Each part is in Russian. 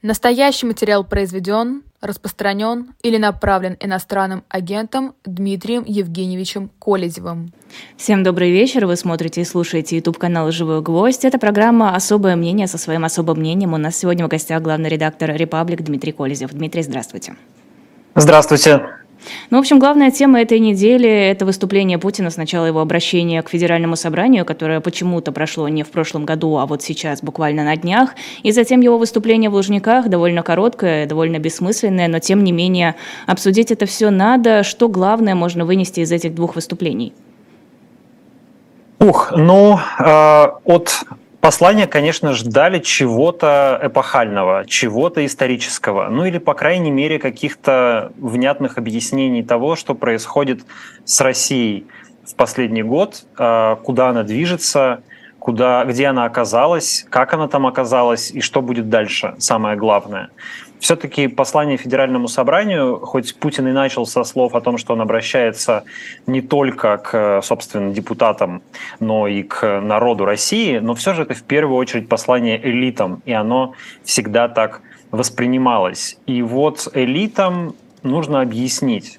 Настоящий материал произведен, распространен или направлен иностранным агентом Дмитрием Евгеньевичем Колезевым. Всем добрый вечер. Вы смотрите и слушаете YouTube-канал «Живой гвоздь». Это программа «Особое мнение». Со своим особым мнением у нас сегодня в гостях главный редактор «Репаблик» Дмитрий Колезев. Дмитрий, здравствуйте. Здравствуйте. В общем, главная тема этой недели – это выступление Путина, сначала его обращение к Федеральному собранию, которое почему-то прошло не в прошлом году, а вот сейчас, буквально на днях, и затем его выступление в Лужниках, довольно короткое, довольно бессмысленное, но тем не менее обсудить это все надо. Что главное можно вынести из этих двух выступлений? От послания, конечно, ждали чего-то эпохального, чего-то исторического, или, по крайней мере, каких-то внятных объяснений того, что происходит с Россией в последний год, куда она движется, где она оказалась, как она там оказалась и что будет дальше, самое главное. Все-таки послание Федеральному собранию, хоть Путин и начал со слов о том, что он обращается не только к, собственно, депутатам, но и к народу России, но все же это в первую очередь послание элитам, и оно всегда так воспринималось. И вот элитам нужно объяснить,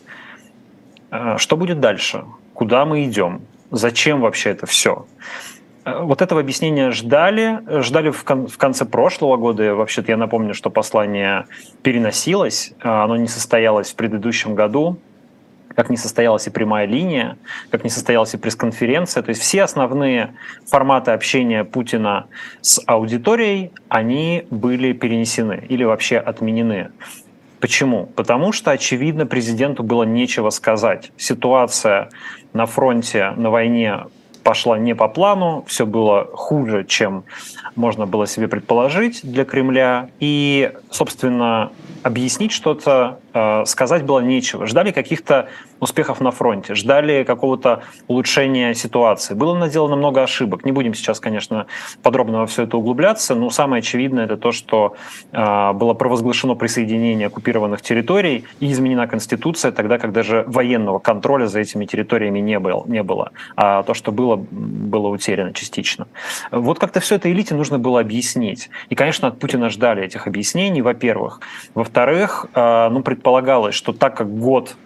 что будет дальше, куда мы идем, зачем вообще это все. Вот этого объяснения ждали в конце прошлого года. Вообще-то я напомню, что послание переносилось, оно не состоялось в предыдущем году, как не состоялась и прямая линия, как не состоялась и пресс-конференция. То есть все основные форматы общения Путина с аудиторией, они были перенесены или вообще отменены. Почему? Потому что, очевидно, президенту было нечего сказать. Ситуация на фронте, на войне пошла не по плану, все было хуже, чем можно было себе предположить для Кремля. И, собственно, объяснить что-то, сказать было нечего. Ждали каких-то успехов на фронте, ждали какого-то улучшения ситуации. Было наделано много ошибок. Не будем сейчас, конечно, подробно во все это углубляться, но самое очевидное это то, что было провозглашено присоединение оккупированных территорий и изменена Конституция тогда, когда же военного контроля за этими территориями не было. А то, что было утеряно частично. Вот как-то все это элите нужно было объяснить. И, конечно, от Путина ждали этих объяснений, во-первых. Во-вторых, предполагалось, что так как год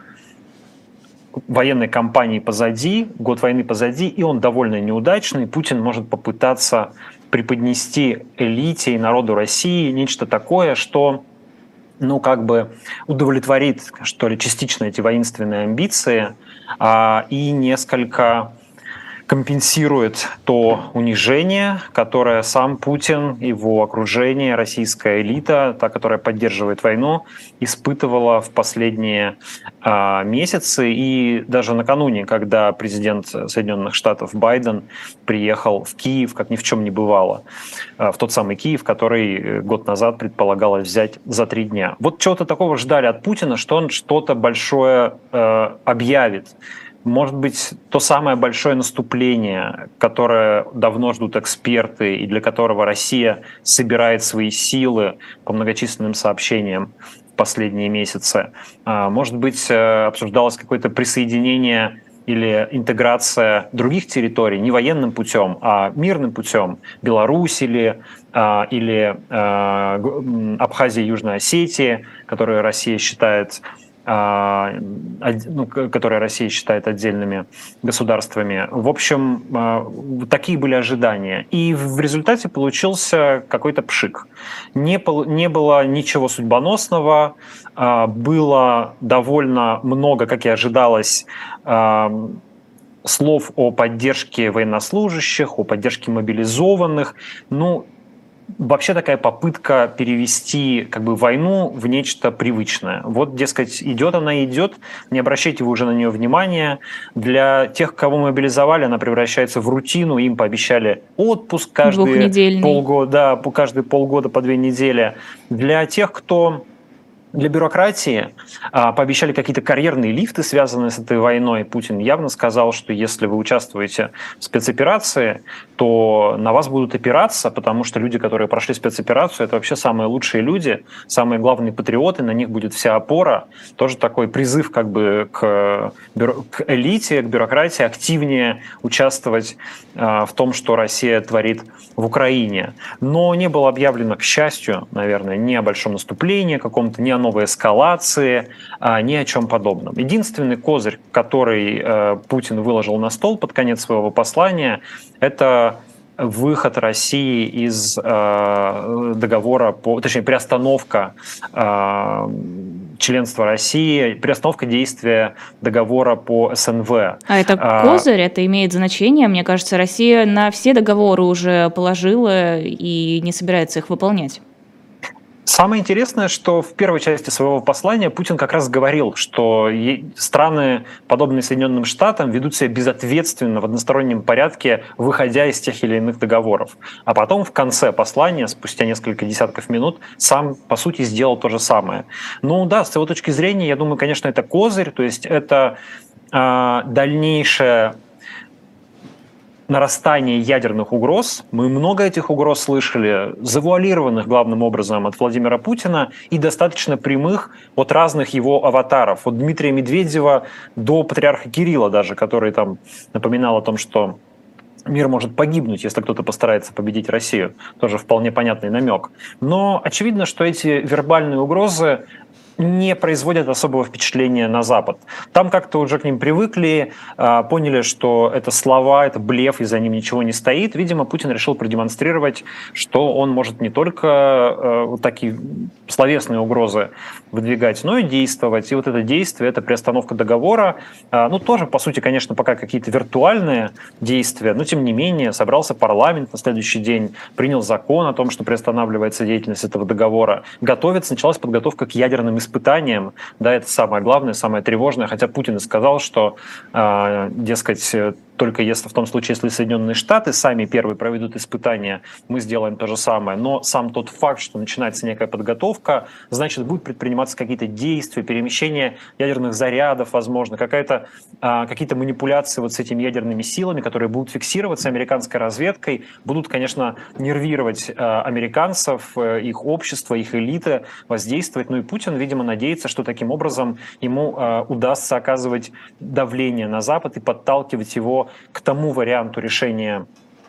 военной кампании позади, год войны позади, и он довольно неудачный, Путин может попытаться преподнести элите и народу России нечто такое, что удовлетворит, что ли, частично эти воинственные амбиции и несколько компенсирует то унижение, которое сам Путин, его окружение, российская элита, та, которая поддерживает войну, испытывала в последние месяцы. И даже накануне, когда президент Соединенных Штатов Байден приехал в Киев, как ни в чем не бывало, в тот самый Киев, который год назад предполагалось взять за 3 дня. Вот чего-то такого ждали от Путина, что он что-то большое объявит. Может быть, то самое большое наступление, которое давно ждут эксперты и для которого Россия собирает свои силы по многочисленным сообщениям в последние месяцы. Может быть, обсуждалось какое-то присоединение или интеграция других территорий не военным путем, а мирным путем. Беларусь или Абхазия, Южная Осетия, которые Россия считает отдельными государствами. В общем, такие были ожидания. И в результате получился какой-то пшик. Не было ничего судьбоносного, было довольно много, как и ожидалось, слов о поддержке военнослужащих, о поддержке мобилизованных. Вообще такая попытка перевести войну в нечто привычное. Вот, дескать, идет, не обращайте вы уже на нее внимания. Для тех, кого мобилизовали, она превращается в рутину, им пообещали отпуск каждые полгода по 2 недели. Для тех, кто Для бюрократии пообещали какие-то карьерные лифты, связанные с этой войной. Путин явно сказал, что если вы участвуете в спецоперации, то на вас будут опираться, потому что люди, которые прошли спецоперацию, это вообще самые лучшие люди, самые главные патриоты, на них будет вся опора. Тоже такой призыв как бы к элите, к бюрократии активнее участвовать в том, что Россия творит в Украине. Но не было объявлено, к счастью, наверное, ни о большом наступлении каком-то, ни о новой эскалации, ни о чем подобном. Единственный козырь, который Путин выложил на стол под конец своего послания, это выход России из договора, точнее, приостановка членства России, приостановка действия договора по СНВ. А это козырь, это имеет значение? Мне кажется, Россия на все договоры уже положила и не собирается их выполнять. Самое интересное, что в первой части своего послания Путин как раз говорил, что страны, подобные Соединенным Штатам, ведут себя безответственно в одностороннем порядке, выходя из тех или иных договоров. А потом в конце послания, спустя несколько десятков минут, сам, по сути, сделал то же самое. Ну да, с его точки зрения, я думаю, конечно, это козырь, то есть это дальнейшее нарастание ядерных угроз. Мы много этих угроз слышали, завуалированных главным образом от Владимира Путина и достаточно прямых от разных его аватаров. От Дмитрия Медведева до патриарха Кирилла даже, который там напоминал о том, что мир может погибнуть, если кто-то постарается победить Россию. Тоже вполне понятный намек. Но очевидно, что эти вербальные угрозы не производят особого впечатления на Запад. Там как-то уже к ним привыкли, поняли, что это слова, это блеф, и за ним ничего не стоит. Видимо, Путин решил продемонстрировать, что он может не только вот такие словесные угрозы выдвигать, но и действовать. И вот это действие, это приостановка договора, ну тоже, по сути, конечно, пока какие-то виртуальные действия, но тем не менее собрался парламент на следующий день, принял закон о том, что приостанавливается деятельность этого договора. Началась подготовка к ядерным испытаниям, да, это самое главное, самое тревожное, хотя Путин и сказал, что, дескать, только если в том случае, если Соединенные Штаты сами первые проведут испытания, мы сделаем то же самое. Но сам тот факт, что начинается некая подготовка, значит, будут предприниматься какие-то действия, перемещение ядерных зарядов, возможно, какие-то манипуляции вот с этими ядерными силами, которые будут фиксироваться американской разведкой, будут, конечно, нервировать американцев, их общество, их элиты, воздействовать. Ну и Путин, видимо, надеется, что таким образом ему удастся оказывать давление на Запад и подталкивать его к тому варианту разрешения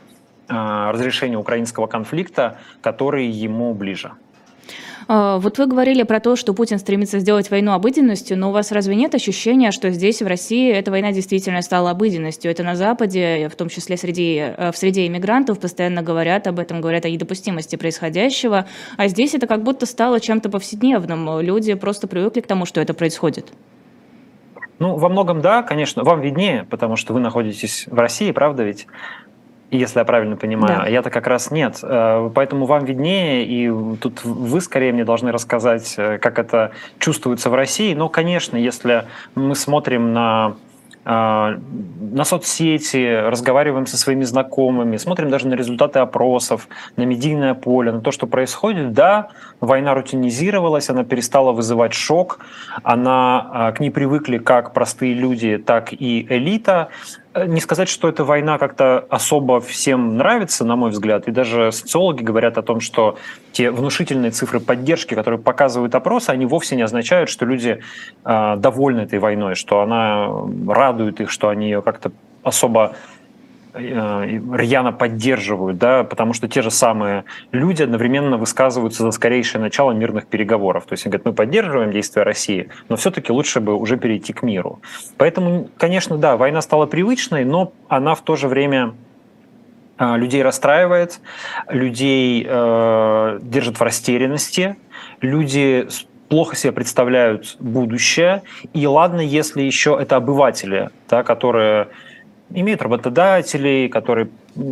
украинского конфликта, который ему ближе. Вот вы говорили про то, что Путин стремится сделать войну обыденностью, но у вас разве нет ощущения, что здесь, в России, эта война действительно стала обыденностью? Это на Западе, в том числе в среде иммигрантов, постоянно говорят об этом, говорят о недопустимости происходящего, а здесь это как будто стало чем-то повседневным. Люди просто привыкли к тому, что это происходит. Ну, во многом да, конечно, вам виднее, потому что вы находитесь в России, правда ведь? Если я правильно понимаю, да. А я-то как раз нет. Поэтому вам виднее, и тут вы скорее мне должны рассказать, как это чувствуется в России. Но, конечно, если мы смотрим на соцсети, разговариваем со своими знакомыми, смотрим даже на результаты опросов, на медийное поле, на то, что происходит. Да, война рутинизировалась, она перестала вызывать шок, к ней привыкли как простые люди, так и элита. Не сказать, что эта война как-то особо всем нравится, на мой взгляд, и даже социологи говорят о том, что те внушительные цифры поддержки, которые показывают опросы, они вовсе не означают, что люди довольны этой войной, что она радует их, что они ее как-то особо рьяно поддерживают, да, потому что те же самые люди одновременно высказываются за скорейшее начало мирных переговоров. То есть они говорят, мы поддерживаем действия России, но все-таки лучше бы уже перейти к миру. Поэтому, конечно, да, война стала привычной, но она в то же время людей расстраивает, людей держит в растерянности, люди плохо себе представляют будущее. И ладно, если еще это обыватели, да, которые имеют работодателей, которые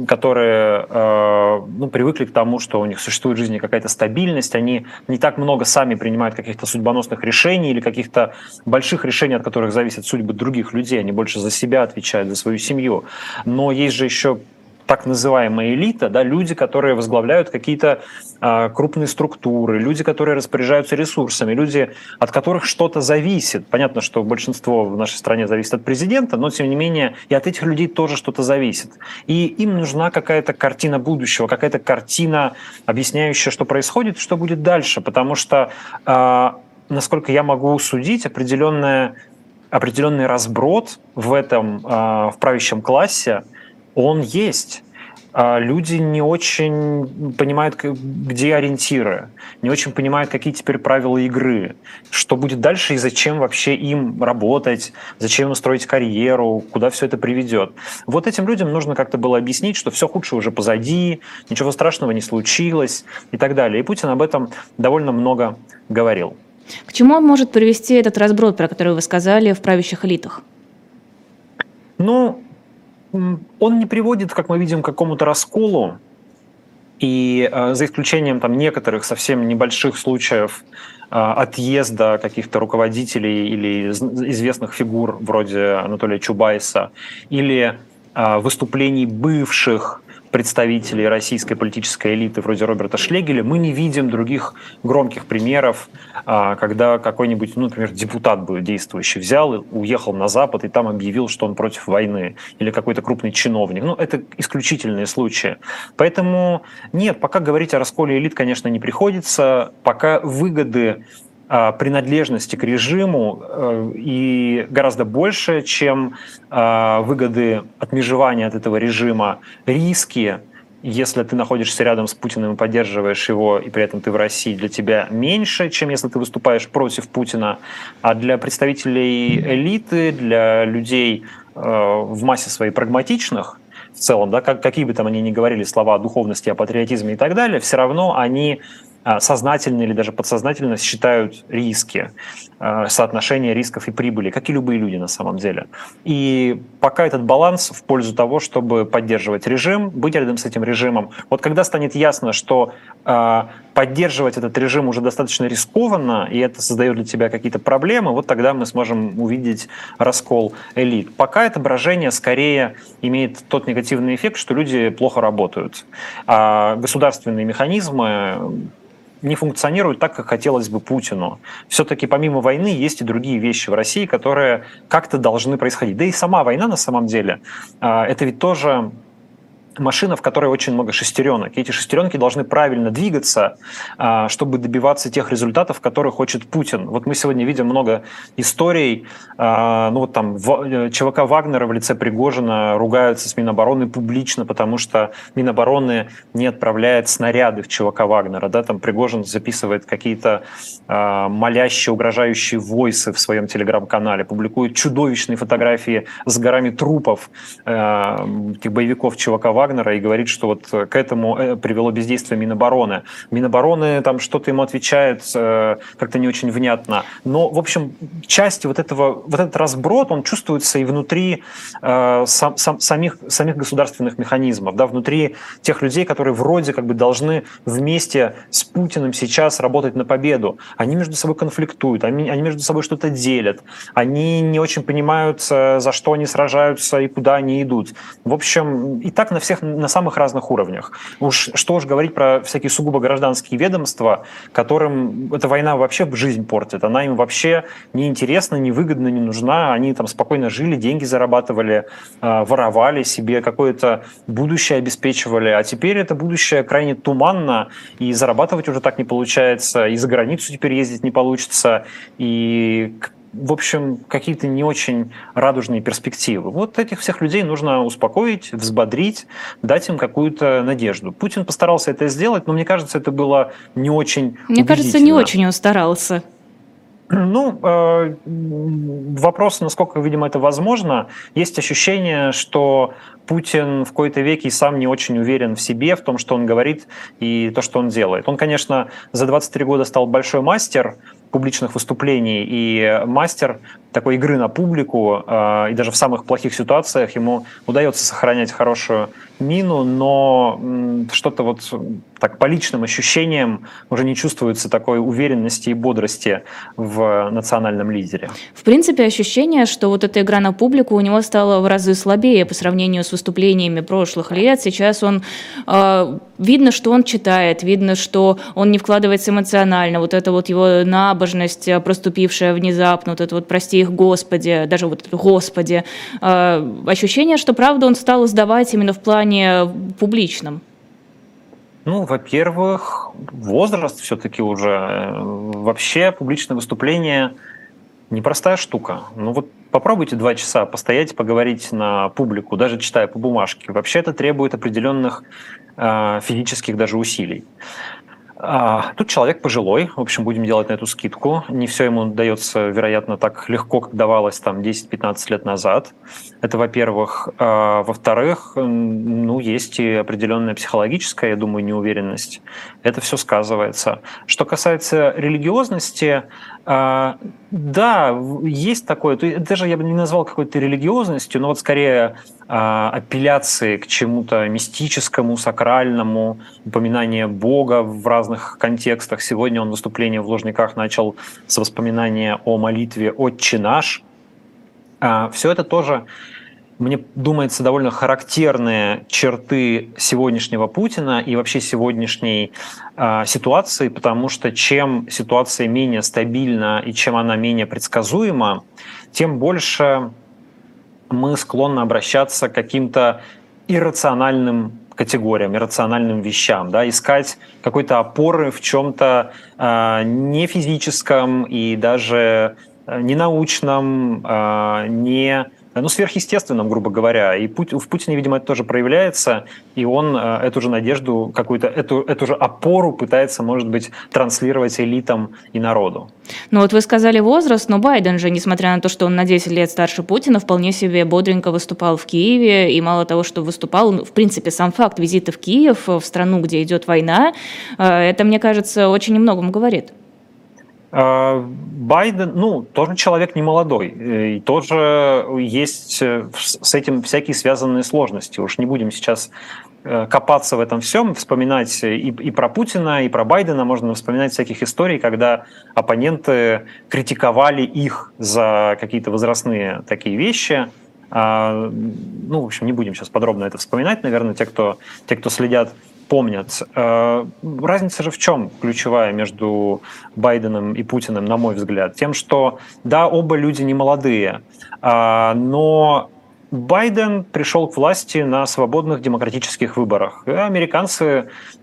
привыкли к тому, что у них существует в жизни какая-то стабильность, они не так много сами принимают каких-то судьбоносных решений или каких-то больших решений, от которых зависят судьбы других людей, они больше за себя отвечают, за свою семью. Но есть же еще так называемая элита, да, люди, которые возглавляют какие-то крупные структуры, люди, которые распоряжаются ресурсами, люди, от которых что-то зависит. Понятно, что большинство в нашей стране зависит от президента, но, тем не менее, и от этих людей тоже что-то зависит. И им нужна какая-то картина будущего, какая-то картина, объясняющая, что происходит, что будет дальше. Потому что, насколько я могу судить, определенный разброд в этом, в правящем классе, он есть. Люди не очень понимают, где ориентиры, не очень понимают, какие теперь правила игры, что будет дальше и зачем вообще им работать, зачем им строить карьеру, куда все это приведет. Вот этим людям нужно как-то было объяснить, что все худшее уже позади, ничего страшного не случилось и так далее. И Путин об этом довольно много говорил. К чему может привести этот разброд, про который вы сказали, в правящих элитах? Ну, он не приводит, как мы видим, к какому-то расколу, и за исключением там некоторых совсем небольших случаев отъезда каких-то руководителей или известных фигур вроде Анатолия Чубайса, или выступлений бывших представителей российской политической элиты вроде Роберта Шлегеля, мы не видим других громких примеров, когда какой-нибудь, например, депутат бы действующий взял и уехал на Запад и там объявил, что он против войны, или какой-то крупный чиновник. Это исключительные случаи. Поэтому нет, пока говорить о расколе элит, конечно, не приходится, пока выгоды принадлежности к режиму и гораздо больше, чем выгоды отмежевания от этого режима, риски, если ты находишься рядом с Путиным и поддерживаешь его, и при этом ты в России, для тебя меньше, чем если ты выступаешь против Путина. А для представителей элиты, для людей в массе своей прагматичных, в целом, да, какие бы там они ни говорили слова о духовности, о патриотизме и так далее, все равно они сознательно или даже подсознательно считают риски, соотношение рисков и прибыли, как и любые люди на самом деле. И пока этот баланс в пользу того, чтобы поддерживать режим, быть рядом с этим режимом. Вот когда станет ясно, что поддерживать этот режим уже достаточно рискованно, и это создает для тебя какие-то проблемы, вот тогда мы сможем увидеть раскол элит. Пока это брожение скорее имеет тот негативный эффект, что люди плохо работают. А государственные механизмы не функционируют так, как хотелось бы Путину. Все-таки помимо войны есть и другие вещи в России, которые как-то должны происходить. Да и сама война на самом деле, это ведь тоже машина, в которой очень много шестеренок. И эти шестеренки должны правильно двигаться, чтобы добиваться тех результатов, которые хочет Путин. Вот мы сегодня видим много историй. ЧВК Вагнера в лице Пригожина ругаются с Минобороны публично, потому что Минобороны не отправляет снаряды в ЧВК Вагнера. Да, там Пригожин записывает какие-то молящие, угрожающие войсы в своем телеграм-канале, публикует чудовищные фотографии с горами трупов этих боевиков ЧВК Вагнера, и говорит, что вот к этому привело бездействие Минобороны. Минобороны там что-то ему отвечает как-то не очень внятно. Но, в общем, часть вот этот разброд, он чувствуется и внутри самих государственных механизмов, да, внутри тех людей, которые вроде как бы должны вместе с Путиным сейчас работать на победу. Они между собой конфликтуют, они между собой что-то делят, они не очень понимают, за что они сражаются и куда они идут. В общем, и так на самых разных уровнях. Что уж говорить про всякие сугубо гражданские ведомства, которым эта война вообще жизнь портит. Она им вообще не интересна, не выгодна, не нужна. Они там спокойно жили, деньги зарабатывали, воровали себе, какое-то будущее обеспечивали. А теперь это будущее крайне туманно, и зарабатывать уже так не получается, и за границу теперь ездить не получится, и в общем, какие-то не очень радужные перспективы. Вот этих всех людей нужно успокоить, взбодрить, дать им какую-то надежду. Путин постарался это сделать, но мне кажется, это было не очень убедительно. Мне кажется, не очень он старался. Вопрос, насколько, видимо, это возможно. Есть ощущение, что Путин в кои-то веки сам не очень уверен в себе, в том, что он говорит и то, что он делает. Он, конечно, за 23 года стал большой мастер публичных выступлений и мастер такой игры на публику, и даже в самых плохих ситуациях ему удается сохранять хорошую мину, но что-то вот так по личным ощущениям уже не чувствуется такой уверенности и бодрости в национальном лидере. В принципе, ощущение, что вот эта игра на публику у него стала в разы слабее по сравнению с выступлениями прошлых лет. Сейчас он видно, что он читает, видно, что он не вкладывается эмоционально. Вот эта вот его набожность, проступившая внезапно, вот это вот «прости их, Господи», даже вот «Господи». Ощущение, что, правда, он стал сдавать именно в плане публичном. Ну, во-первых, возраст все-таки уже. Вообще публичное выступление непростая штука. Ну вот попробуйте 2 часа постоять, поговорить на публику, даже читая по бумажке. Вообще это требует определенных физических даже усилий. Тут человек пожилой, в общем, будем делать на эту скидку. Не все ему дается, вероятно, так легко, как давалось там 10-15 лет назад. Это, во-первых. Во-вторых, ну, есть и определенная психологическая, я думаю, неуверенность. Это все сказывается. Что касается религиозности, да, есть такое. Даже я бы не назвал какой-то религиозностью, но вот скорее апелляции к чему-то мистическому, сакральному, упоминание Бога в разных контекстах. Сегодня он выступление в Лужниках начал с воспоминания о молитве «Отче наш». Все это тоже, мне думается, довольно характерные черты сегодняшнего Путина и вообще сегодняшней ситуации, потому что чем ситуация менее стабильна и чем она менее предсказуема, тем больше мы склонны обращаться к каким-то иррациональным категориям, иррациональным вещам, да, искать какой-то опоры в чем-то не физическом и даже не научном, не сверхъестественном, грубо говоря. И в Путине, видимо, это тоже проявляется, и он эту же надежду, какую-то эту же опору пытается, может быть, транслировать элитам и народу. Ну вот вы сказали возраст, но Байден же, несмотря на то, что он на 10 лет старше Путина, вполне себе бодренько выступал в Киеве, и мало того, что выступал, в принципе, сам факт визита в Киев, в страну, где идет война, это, мне кажется, очень о многом говорит. Байден, тоже человек не молодой, и тоже есть с этим всякие связанные сложности. Уж не будем сейчас копаться в этом всем, вспоминать и про Путина, и про Байдена. Можно вспоминать всяких историй, когда оппоненты критиковали их за какие-то возрастные такие вещи. В общем, не будем сейчас подробно это вспоминать. Наверное, те, кто следят, помнят. Разница же в чем ключевая между Байденом и Путиным, на мой взгляд? Тем, что, да, оба люди не молодые, но Байден пришел к власти на свободных демократических выборах. И американские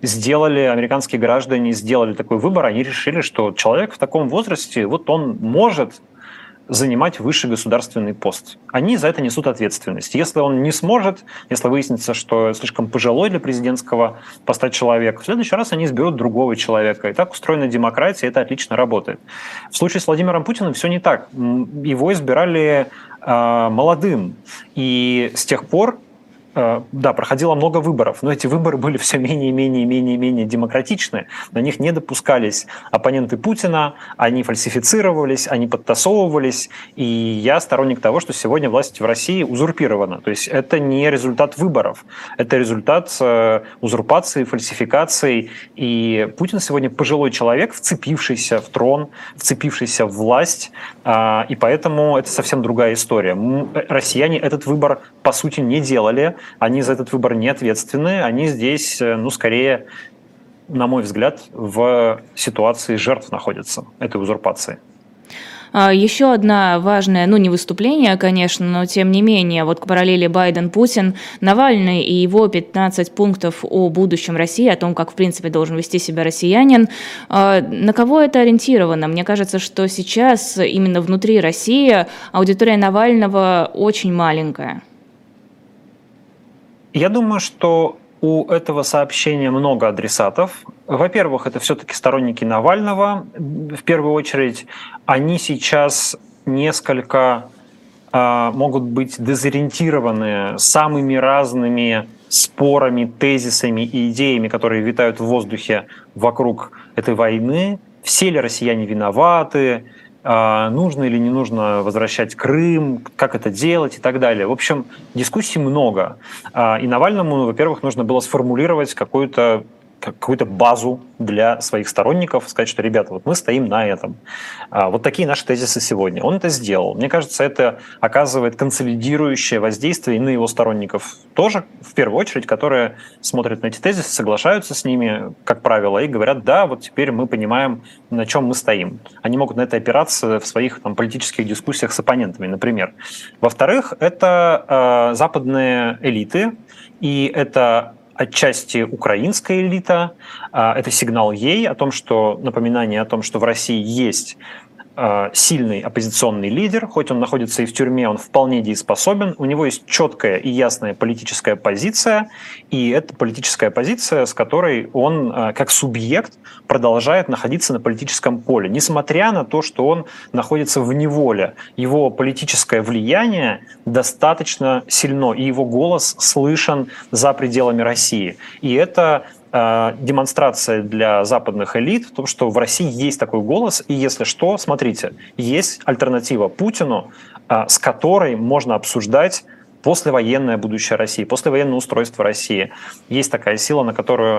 граждане сделали такой выбор, они решили, что человек в таком возрасте, вот он может занимать высший государственный пост. Они за это несут ответственность. Если он не сможет, если выяснится, что слишком пожилой для президентского поста человек, в следующий раз они изберут другого человека. И так устроена демократия, и это отлично работает. В случае с Владимиром Путиным все не так. Его избирали молодым. И с тех пор проходило много выборов, но эти выборы были все менее демократичны. На них не допускались оппоненты Путина, они фальсифицировались, они подтасовывались. И я сторонник того, что сегодня власть в России узурпирована. То есть это не результат выборов, это результат узурпации, фальсификаций. И Путин сегодня пожилой человек, вцепившийся в трон, вцепившийся в власть. И поэтому это совсем другая история. Россияне этот выбор, по сути, не делали. Они за этот выбор не ответственны, они здесь, скорее, на мой взгляд, в ситуации жертв находятся этой узурпации. Еще одна важная, не выступление, конечно, но тем не менее, вот к параллели Байден-Путин, Навальный и его 15 пунктов о будущем России, о том, как, в принципе, должен вести себя россиянин. На кого это ориентировано? Мне кажется, что сейчас именно внутри России аудитория Навального очень маленькая. Я думаю, что у этого сообщения много адресатов. Во-первых, это все-таки сторонники Навального. В первую очередь, они сейчас несколько могут быть дезориентированы самыми разными спорами, тезисами и идеями, которые витают в воздухе вокруг этой войны. Все ли россияне виноваты? Нужно или не нужно возвращать Крым, как это делать и так далее. В общем, дискуссий много. И Навальному, во-первых, нужно было сформулировать какую-то какую-то базу для своих сторонников, сказать, что, ребята, вот мы стоим на этом. Вот такие наши тезисы сегодня. Он это сделал. Мне кажется, это оказывает консолидирующее воздействие и на его сторонников тоже, в первую очередь, которые смотрят на эти тезисы, соглашаются с ними, как правило, и говорят, да, вот теперь мы понимаем, на чем мы стоим. Они могут на это опираться в своих политических дискуссиях с оппонентами, например. Во-вторых, это западные элиты, и это отчасти украинская элита. Это сигнал ей о том, что напоминание о том, что в России есть сильный оппозиционный лидер, хоть он находится и в тюрьме, он вполне дееспособен, у него есть четкая и ясная политическая позиция, и это политическая позиция, с которой он как субъект продолжает находиться на политическом поле, несмотря на то, что он находится в неволе. Его политическое влияние достаточно сильно, и его голос слышен за пределами России. И это демонстрация для западных элит в том, что в России есть такой голос, и если что, смотрите, есть альтернатива Путину, с которой можно обсуждать послевоенное будущее России, послевоенное устройство России. Есть такая сила, на которую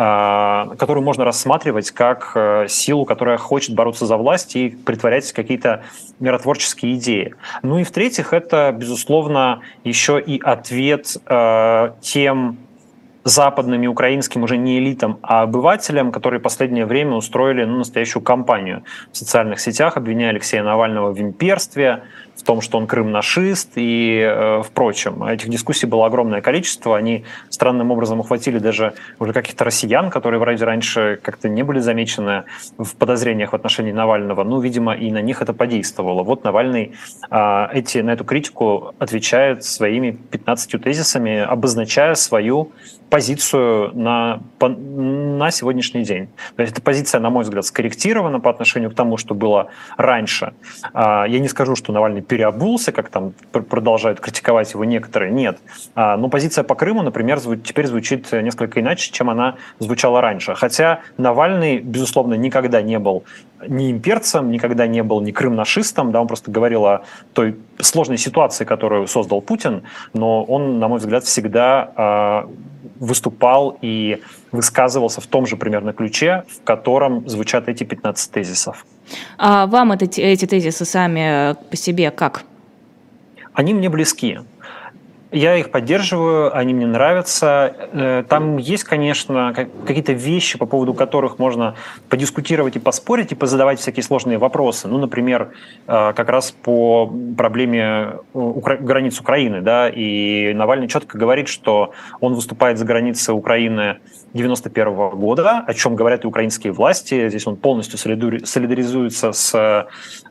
можно рассматривать как силу, которая хочет бороться за власть и притворять какие-то миротворческие идеи. Ну и в-третьих, это, безусловно, еще и ответ тем западным и украинским уже не элитам, а обывателям, которые в последнее время устроили настоящую кампанию в социальных сетях, обвиняя Алексея Навального в имперстве, в том, что он крымнашист и впрочем. Этих дискуссий было огромное количество. Они странным образом ухватили даже уже каких-то россиян, которые вроде раньше как-то не были замечены в подозрениях в отношении Навального. Ну, видимо, и на них это подействовало. Вот Навальный на эту критику отвечает своими 15 тезисами, обозначая свою позицию на сегодняшний день. То есть эта позиция, на мой взгляд, скорректирована по отношению к тому, что было раньше. Я не скажу, что Навальный переобулся, как там продолжают критиковать его некоторые, нет. Но позиция по Крыму, например, теперь звучит несколько иначе, чем она звучала раньше. Хотя Навальный, безусловно, никогда не был ни имперцем, никогда не был ни крымнашистом, да, он просто говорил о той сложной ситуации, которую создал Путин, но он, на мой взгляд, всегда выступал и высказывался в том же примерно ключе, в котором звучат эти 15 тезисов. А вам эти тезисы сами по себе как? Они мне близки. Я их поддерживаю, они мне нравятся. Там есть, конечно, какие-то вещи, по поводу которых можно подискутировать и поспорить, и позадавать всякие сложные вопросы. Ну, например, как раз по проблеме границ Украины. Да, и Навальный четко говорит, что он выступает за границы Украины 1991 года, о чем говорят и украинские власти. Здесь он полностью солидаризуется с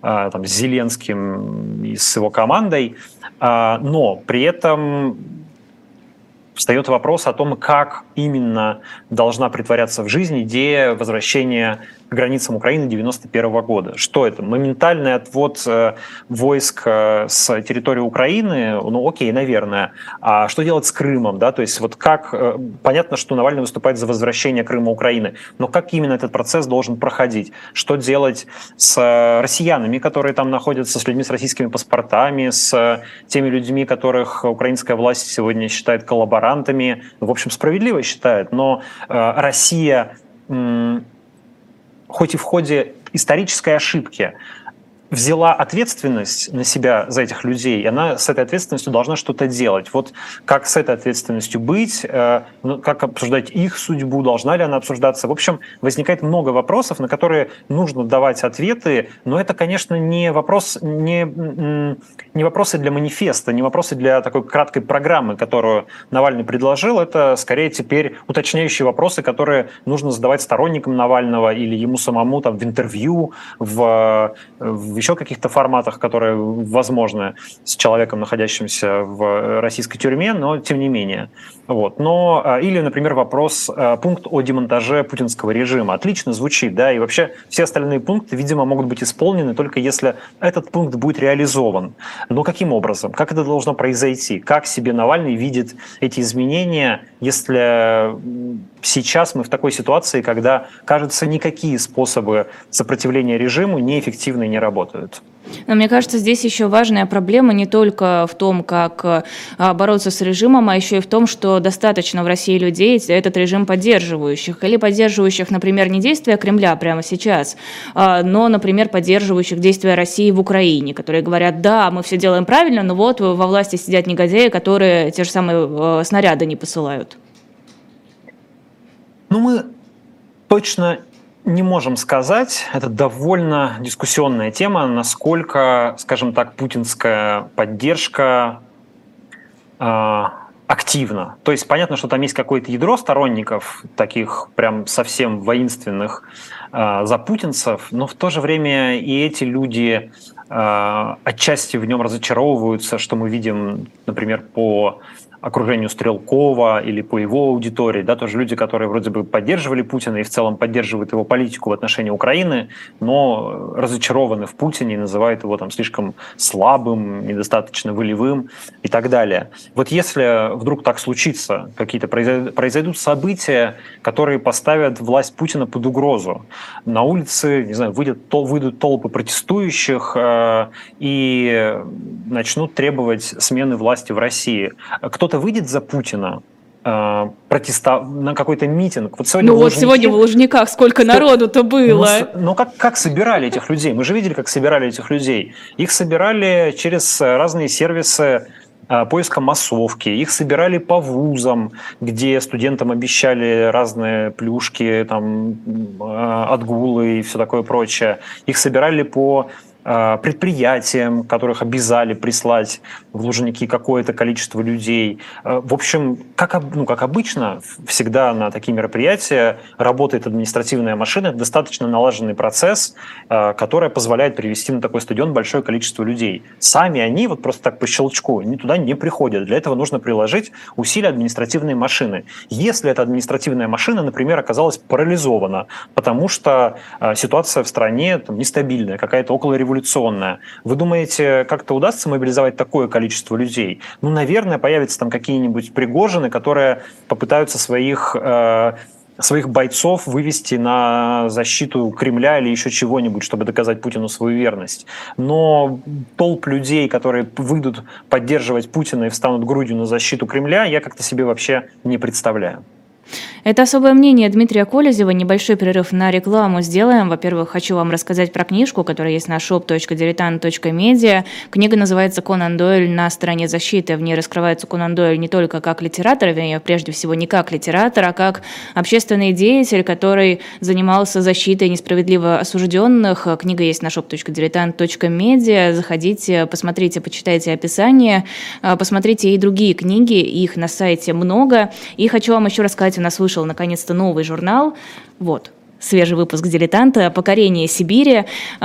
Зеленским и с его командой. Но при этом встает вопрос о том, как именно должна притворяться в жизнь идея возвращения к границам Украины 1991 года. Что это? Моментальный отвод войск с территории Украины? Ну, окей, наверное. А что делать с Крымом? Да? То есть вот как... Понятно, что Навальный выступает за возвращение Крыма Украины, но как именно этот процесс должен проходить? Что делать с россиянами, которые там находятся, с людьми с российскими паспортами, с теми людьми, которых украинская власть сегодня считает коллаборантами? В общем, справедливо считает, но Россия... хоть и в ходе исторической ошибки взяла ответственность на себя за этих людей, и она с этой ответственностью должна что-то делать. Вот как с этой ответственностью быть, как обсуждать их судьбу, должна ли она обсуждаться. В общем, возникает много вопросов, на которые нужно давать ответы, но это, конечно, не вопросы для манифеста, не вопросы для такой краткой программы, которую Навальный предложил. Это, скорее, теперь уточняющие вопросы, которые нужно задавать сторонникам Навального или ему самому там, в интервью, в еще каких-то форматах, которые возможны с человеком, находящимся в российской тюрьме, но тем не менее. Вот. Или, например, пункт о демонтаже путинского режима. Отлично звучит, да, и вообще все остальные пункты, видимо, могут быть исполнены только если этот пункт будет реализован. Но каким образом? Как это должно произойти? Как себе Навальный видит эти изменения, если сейчас мы в такой ситуации, когда, кажется, никакие способы сопротивления режиму неэффективны и не работают? работают. Но мне кажется, здесь еще важная проблема не только в том, как бороться с режимом, а еще и в том, что достаточно в России людей, этот режим поддерживающих. Или поддерживающих, например, не действия Кремля прямо сейчас, но, например, поддерживающих действия России в Украине, которые говорят, да, мы все делаем правильно, но вот во власти сидят негодяи, которые те же самые снаряды не посылают. Ну, мы точно не можем сказать, это довольно дискуссионная тема, насколько, скажем так, путинская поддержка активна. То есть понятно, что там есть какое-то ядро сторонников, таких прям совсем воинственных запутинцев, но в то же время и эти люди отчасти в нем разочаровываются, что мы видим, например, по окружению Стрелкова или по его аудитории, да, тоже люди, которые вроде бы поддерживали Путина и в целом поддерживают его политику в отношении Украины, но разочарованы в Путине и называют его там слишком слабым, недостаточно волевым и так далее. Вот если вдруг так случится, какие-то произойдут события, которые поставят власть Путина под угрозу, на улице, не знаю, выйдут толпы протестующих и начнут требовать смены власти в России, кто-то выйдет за Путина на какой-то митинг. Вот сегодня сегодня в Лужниках сколько народу-то было. Ну как собирали этих людей? Мы же видели, как собирали этих людей. Их собирали через разные сервисы поиска массовки, их собирали по вузам, где студентам обещали разные плюшки, там, отгулы и все такое прочее. Их собирали по предприятиям, которых обязали прислать в Лужники какое-то количество людей. В общем, как обычно, всегда на такие мероприятия работает административная машина, это достаточно налаженный процесс, который позволяет привести на такой стадион большое количество людей. Сами они вот просто так по щелчку туда не приходят. Для этого нужно приложить усилия административной машины. Если эта административная машина, например, оказалась парализована, потому что ситуация в стране там нестабильная, какая-то околореволюционная, вы думаете, как-то удастся мобилизовать такое количество людей? Ну, наверное, появятся там какие-нибудь Пригожины, которые попытаются своих бойцов вывести на защиту Кремля или еще чего-нибудь, чтобы доказать Путину свою верность. Но толп людей, которые выйдут поддерживать Путина и встанут грудью на защиту Кремля, я как-то себе вообще не представляю. Это особое мнение Дмитрия Колезева. Небольшой перерыв на рекламу сделаем. Во-первых, хочу вам рассказать про книжку, которая есть на shop.diletant.media. Книга называется «Конан Дойль на стороне защиты». В ней раскрывается Конан Дойль не только как литератор, вернее, прежде всего не как литератор, а как общественный деятель, который занимался защитой несправедливо осужденных. Книга есть на shop.diletant.media. Заходите, посмотрите, почитайте описание, посмотрите и другие книги, их на сайте много. И хочу вам еще рассказать, у нас вышел наконец-то новый журнал. Вот. Свежий выпуск «Дилетанта» «Покорение Сибири».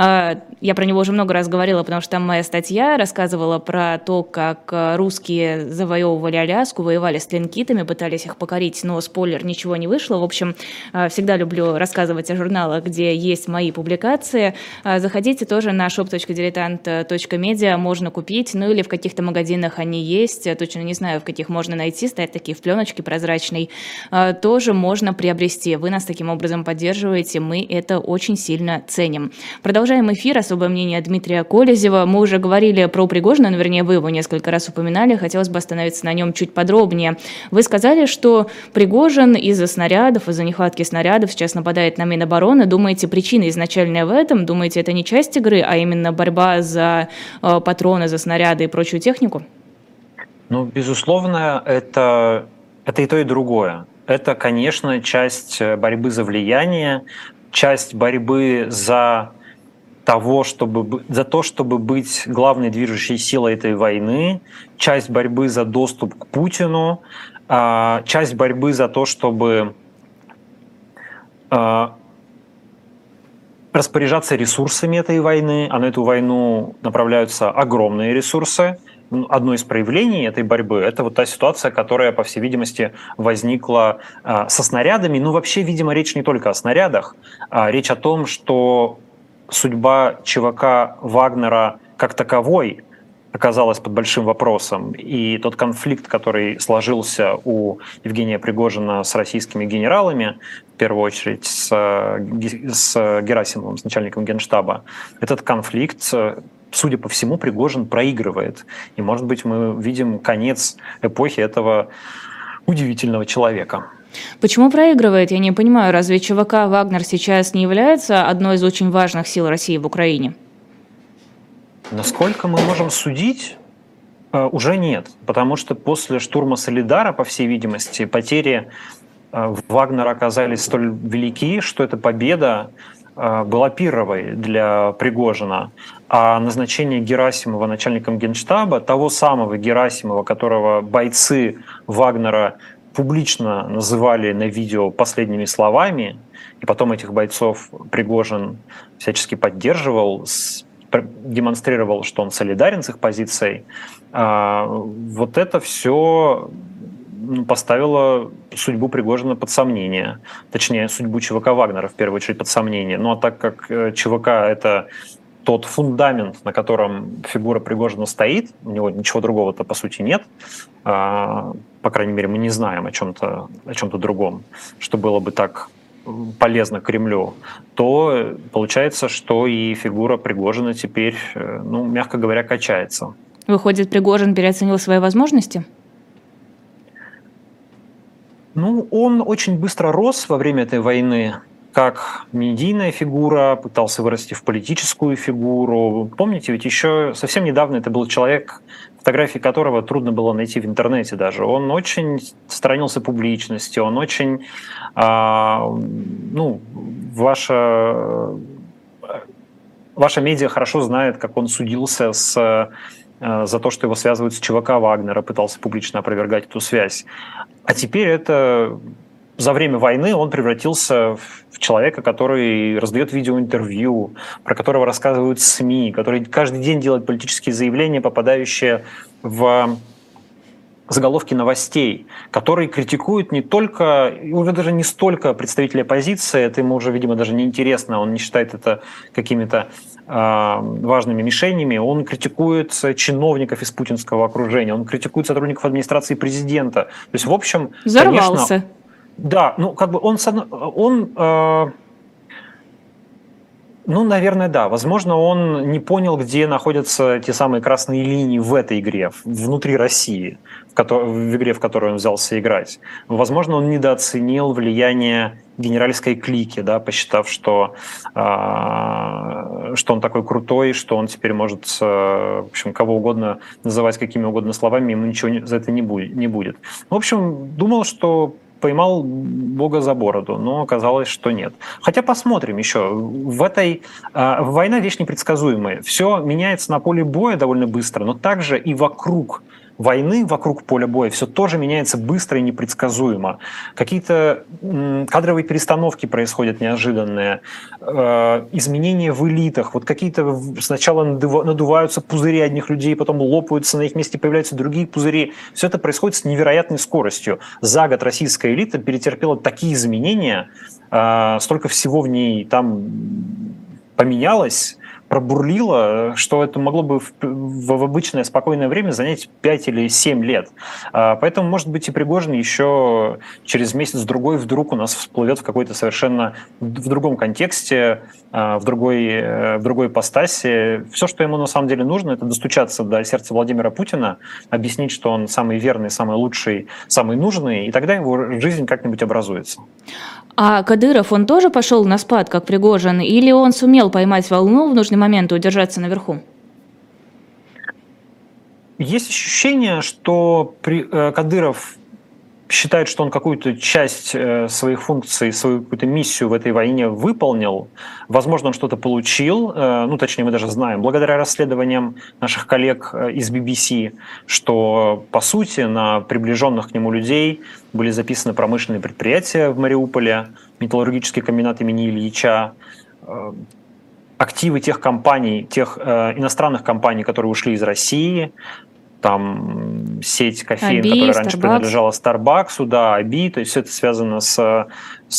Я про него уже много раз говорила, потому что там моя статья рассказывала про то, как русские завоевывали Аляску, воевали с тлинкитами, пытались их покорить, но, спойлер, ничего не вышло. В общем, всегда люблю рассказывать о журналах, где есть мои публикации. Заходите тоже на shop.diletant.media, можно купить, ну или в каких-то магазинах они есть, точно не знаю, в каких можно найти, стоят такие в пленочке прозрачной, тоже можно приобрести. Вы нас таким образом поддерживаете, мы это очень сильно ценим. Продолжаем эфир. Особое мнение Дмитрия Колезева. Мы уже говорили про Пригожина, но, вернее, вы его несколько раз упоминали. Хотелось бы остановиться на нем чуть подробнее. Вы сказали, что Пригожин из-за снарядов, из-за нехватки снарядов сейчас нападает на Минобороны. Думаете, причина изначальная в этом? Думаете, это не часть игры, а именно борьба за патроны, за снаряды и прочую технику? Ну, безусловно, это и то, и другое. Это, конечно, часть борьбы за влияние, часть борьбы за то, чтобы быть главной движущей силой этой войны, часть борьбы за доступ к Путину, часть борьбы за то, чтобы распоряжаться ресурсами этой войны, а на эту войну направляются огромные ресурсы. Одно из проявлений этой борьбы – это вот та ситуация, которая, по всей видимости, возникла со снарядами. Ну, вообще, видимо, речь не только о снарядах, речь о том, что судьба ЧВК Вагнера как таковой оказалась под большим вопросом, и тот конфликт, который сложился у Евгения Пригожина с российскими генералами, в первую очередь с Герасимовым, с начальником Генштаба, этот конфликт, судя по всему, Пригожин проигрывает. И, может быть, мы видим конец эпохи этого удивительного человека. Почему проигрывает? Я не понимаю. Разве ЧВК «Вагнер» сейчас не является одной из очень важных сил России в Украине? Насколько мы можем судить, уже нет. Потому что после штурма Солидара, по всей видимости, потери Вагнера оказались столь велики, что эта победа была пирровой для Пригожина. А назначение Герасимова начальником Генштаба, того самого Герасимова, которого бойцы Вагнера публично называли на видео последними словами, и потом этих бойцов Пригожин всячески поддерживал, демонстрировал, что он солидарен с их позицией, вот это все поставило судьбу Пригожина под сомнение. Точнее, судьбу ЧВК Вагнера в первую очередь под сомнение. Ну а так как ЧВК — это тот фундамент, на котором фигура Пригожина стоит, у него ничего другого-то по сути нет, по крайней мере, мы не знаем о чем-то другом, что было бы так полезно Кремлю, то получается, что и фигура Пригожина теперь, мягко говоря, качается. Выходит, Пригожин переоценил свои возможности? Он очень быстро рос во время этой войны, как медийная фигура, пытался вырасти в политическую фигуру. Помните, ведь еще совсем недавно это был человек, фотографии которого трудно было найти в интернете даже. Он очень сторонился публичности, он очень... Ваша медиа хорошо знает, как он судился за то, что его связывают с ЧВК Вагнера, пытался публично опровергать эту связь. А теперь за время войны он превратился в человека, который раздает видеоинтервью, про которого рассказывают СМИ, который каждый день делает политические заявления, попадающие в заголовки новостей, который критикует не только, уже даже не столько представителей оппозиции, это ему уже, видимо, даже не интересно, он не считает это какими-то важными мишенями, он критикует чиновников из путинского окружения, он критикует сотрудников администрации президента. То есть, в общем, взорвался. Конечно, да, наверное, да. Возможно, он не понял, где находятся те самые красные линии в этой игре, внутри России, в игре, в которую он взялся играть. Возможно, он недооценил влияние генеральской клики, да, посчитав, что он такой крутой, что он теперь может, в общем, кого угодно называть какими угодно словами, ему ничего за это не будет. В общем, думал, что поймал Бога за бороду, но оказалось, что нет. Хотя посмотрим еще. Война вещь непредсказуемая. Все меняется на поле боя довольно быстро, но также и вокруг войны, вокруг поля боя все тоже меняется быстро и непредсказуемо. Какие-то кадровые перестановки происходят неожиданные, изменения в элитах. Вот какие-то сначала надуваются пузыри одних людей, потом лопаются, на их месте появляются другие пузыри. Все это происходит с невероятной скоростью. За год российская элита перетерпела такие изменения, столько всего в ней там поменялось, пробурлило, что это могло бы в обычное спокойное время занять 5 или 7 лет. Поэтому, может быть, и Пригожин еще через месяц-другой вдруг у нас всплывет в какой-то совершенно в другом контексте, в другой ипостаси. Все, что ему на самом деле нужно, это достучаться до сердца Владимира Путина, объяснить, что он самый верный, самый лучший, самый нужный, и тогда его жизнь как-нибудь образуется. А Кадыров, он тоже пошел на спад, как Пригожин, или он сумел поймать волну в нужный момент и удержаться наверху? Есть ощущение, что Кадыров считает, что он какую-то часть своих функций, свою какую-то миссию в этой войне выполнил. Возможно, он что-то получил, точнее, мы даже знаем, благодаря расследованиям наших коллег из BBC, что, по сути, на приближенных к нему людей были записаны промышленные предприятия в Мариуполе, металлургический комбинат имени Ильича, активы тех компаний, тех иностранных компаний, которые ушли из России, там сеть кофеин, Аби, которая раньше Starbucks. принадлежала Старбаксу, да, Аби, то есть все это связано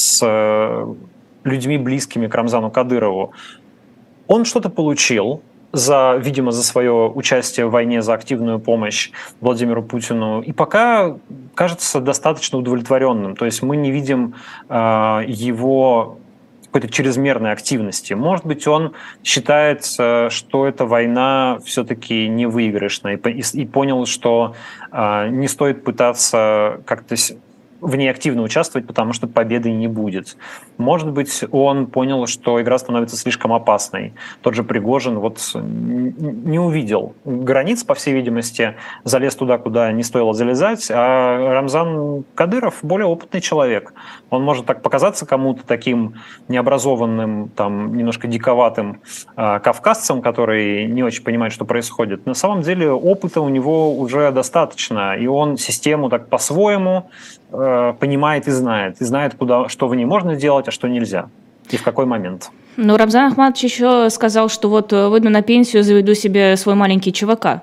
с людьми, близкими к Рамзану Кадырову. Он что-то получил видимо, за свое участие в войне, за активную помощь Владимиру Путину, и пока кажется достаточно удовлетворенным. То есть мы не видим его какой-то чрезмерной активности. Может быть, он считает, что эта война все-таки не выигрышная, и понял, что не стоит пытаться как-то в ней активно участвовать, потому что победы не будет. Может быть, он понял, что игра становится слишком опасной. Тот же Пригожин не увидел границ, по всей видимости, залез туда, куда не стоило залезать, а Рамзан Кадыров более опытный человек. Он может так показаться кому-то таким необразованным, там, немножко диковатым кавказцем, который не очень понимает, что происходит. На самом деле опыта у него уже достаточно, и он систему так по-своему понимает и знает, что в ней можно делать, а что нельзя, и в какой момент. Но Рамзан Ахматович еще сказал, что вот выйду на пенсию, заведу себе свой маленький ЧВК.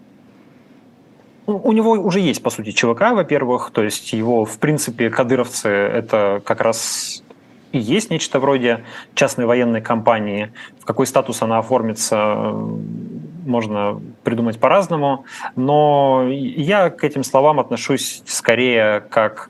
У него уже есть, по сути, ЧВК, во-первых, то есть его, в принципе, кадыровцы — это как раз и есть нечто вроде частной военной компании. В какой статус она оформится, можно придумать по-разному, но я к этим словам отношусь скорее как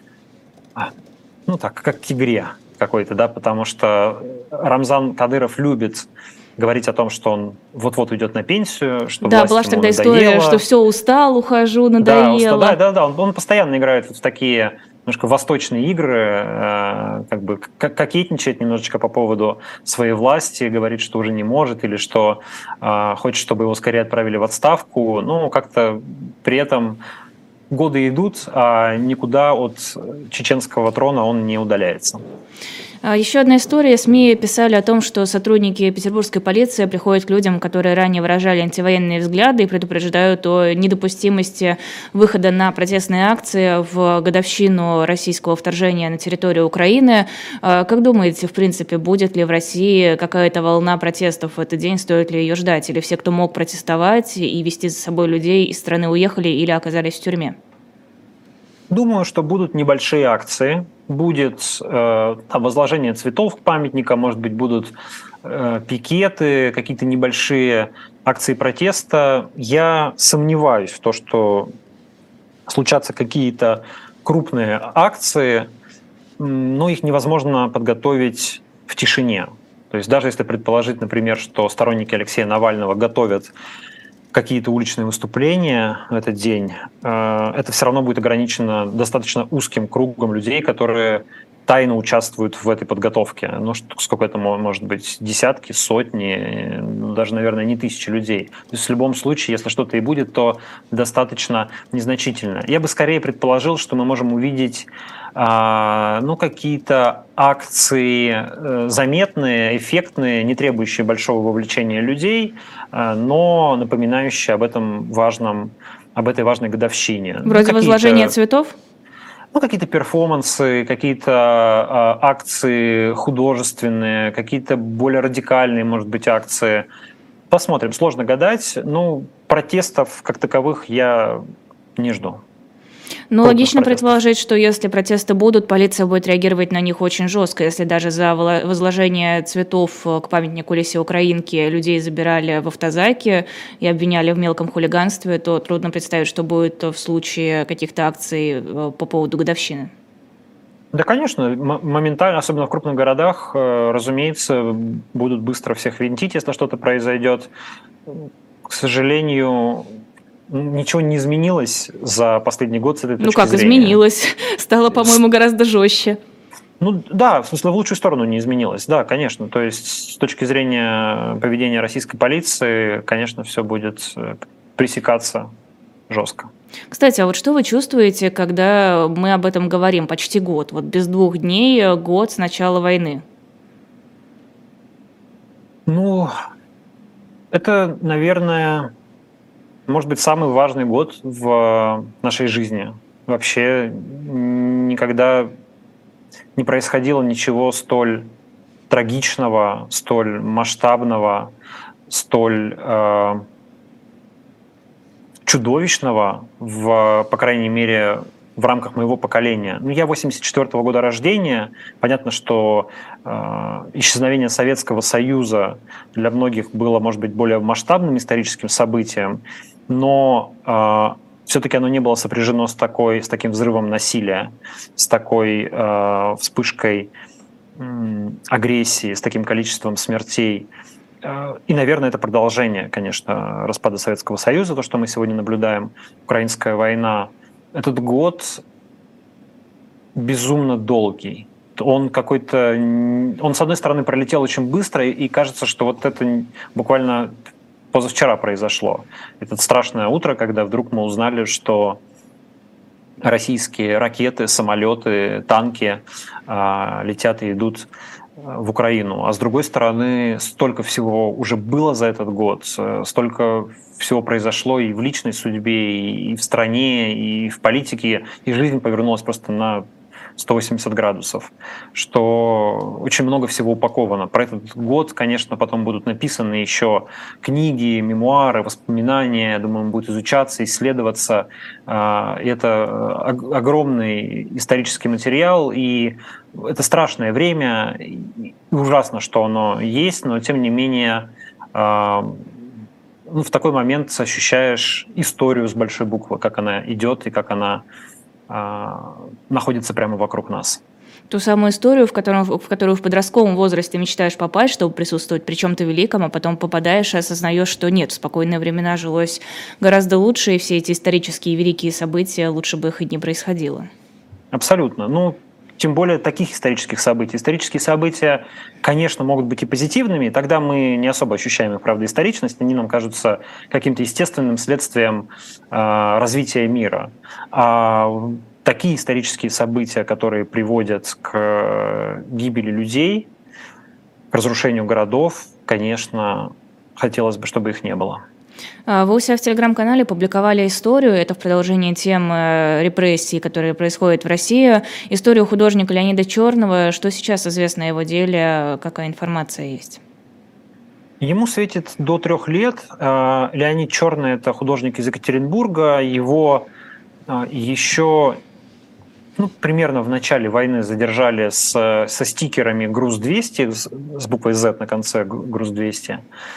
к игре какой-то, да, потому что Рамзан Кадыров любит говорить о том, что он вот-вот уйдет на пенсию, что да, была же тогда история, что все, устал, ухожу, надоело. Да, он постоянно играет в такие немножко восточные игры, как бы кокетничает немножечко по поводу своей власти, говорит, что уже не может, или что хочет, чтобы его скорее отправили в отставку. Ну, как-то при этом годы идут, а никуда от чеченского трона он не удаляется. Еще одна история. СМИ писали о том, что сотрудники петербургской полиции приходят к людям, которые ранее выражали антивоенные взгляды, и предупреждают о недопустимости выхода на протестные акции в годовщину российского вторжения на территорию Украины. Как думаете, в принципе, будет ли в России какая-то волна протестов в этот день, стоит ли ее ждать? Или все, кто мог протестовать и вести за собой людей, из страны уехали или оказались в тюрьме? Думаю, что будут небольшие акции, будет возложение цветов к памятникам, может быть, будут пикеты, какие-то небольшие акции протеста. Я сомневаюсь в том, что случатся какие-то крупные акции, но их невозможно подготовить в тишине. То есть даже если предположить, например, что сторонники Алексея Навального готовят какие-то уличные выступления в этот день, это все равно будет ограничено достаточно узким кругом людей, которые тайно участвуют в этой подготовке. Ну, сколько это может быть? Десятки, сотни, даже, наверное, не тысячи людей. То есть в любом случае, если что-то и будет, то достаточно незначительно. Я бы скорее предположил, что мы можем увидеть какие-то акции заметные, эффектные, не требующие большого вовлечения людей, но напоминающие об этой важной годовщине. Вроде возложения цветов? Какие-то перформансы, какие-то акции художественные, какие-то более радикальные, может быть, акции. Посмотрим, сложно гадать. Протестов как таковых я не жду. Логично предположить, что если протесты будут, полиция будет реагировать на них очень жестко. Если даже за возложение цветов к памятнику Лесе Украинке людей забирали в автозаке и обвиняли в мелком хулиганстве, то трудно представить, что будет в случае каких-то акций по поводу годовщины. Да, конечно, моментально, особенно в крупных городах, разумеется, будут быстро всех винтить, если что-то произойдет. К сожалению, ничего не изменилось за последний год с этой точки зрения. Изменилось? Стало, по-моему, гораздо жестче. Да, в смысле, в лучшую сторону не изменилось. Да, конечно. То есть с точки зрения поведения российской полиции, конечно, все будет пресекаться жестко. Кстати, а вот что вы чувствуете, когда мы об этом говорим почти год? Вот без 2 дней год с начала войны. Это, наверное, может быть, самый важный год в нашей жизни. Вообще никогда не происходило ничего столь трагичного, столь масштабного, столь чудовищного, по крайней мере, в рамках моего поколения. Ну, я 84 года рождения. Понятно, что исчезновение Советского Союза для многих было, может быть, более масштабным историческим событием, но все-таки оно не было сопряжено с таким взрывом насилия, с такой вспышкой агрессии, с таким количеством смертей. И, наверное, это продолжение, конечно, распада Советского Союза, то, что мы сегодня наблюдаем, украинская война. Этот год безумно долгий. Он, с одной стороны, пролетел очень быстро, и кажется, что вот это буквально позавчера произошло. Это страшное утро, когда вдруг мы узнали, что российские ракеты, самолеты, танки летят и идут в Украину. А с другой стороны, столько всего уже было за этот год, столько всего произошло и в личной судьбе, и в стране, и в политике, и жизнь повернулась просто на 180 градусов, что очень много всего упаковано. Про этот год, конечно, потом будут написаны еще книги, мемуары, воспоминания, думаю, он будет изучаться, исследоваться. Это огромный исторический материал, и это страшное время, и ужасно, что оно есть, но тем не менее в такой момент ощущаешь историю с большой буквы, как она идет и как она находится прямо вокруг нас. Ту самую историю, в которую в подростковом возрасте мечтаешь попасть, чтобы присутствовать при чем-то великом, а потом попадаешь и осознаешь, что нет, в спокойные времена жилось гораздо лучше, и все эти исторические великие события, лучше бы их и не происходило. Абсолютно. Тем более таких исторических событий. Исторические события, конечно, могут быть и позитивными, тогда мы не особо ощущаем их, правда, историчность, они нам кажутся каким-то естественным следствием развития мира. А такие исторические события, которые приводят к гибели людей, к разрушению городов, конечно, хотелось бы, чтобы их не было. Вы у себя в Телеграм-канале публиковали историю, это в продолжении тем репрессий, которые происходят в России, историю художника Леонида Черного. Что сейчас известно о его деле, какая информация есть? Ему светит до 3 лет. Леонид Черный – это художник из Екатеринбурга. Его еще примерно в начале войны задержали со стикерами «Груз-200», с буквой «З» на конце «Груз-200».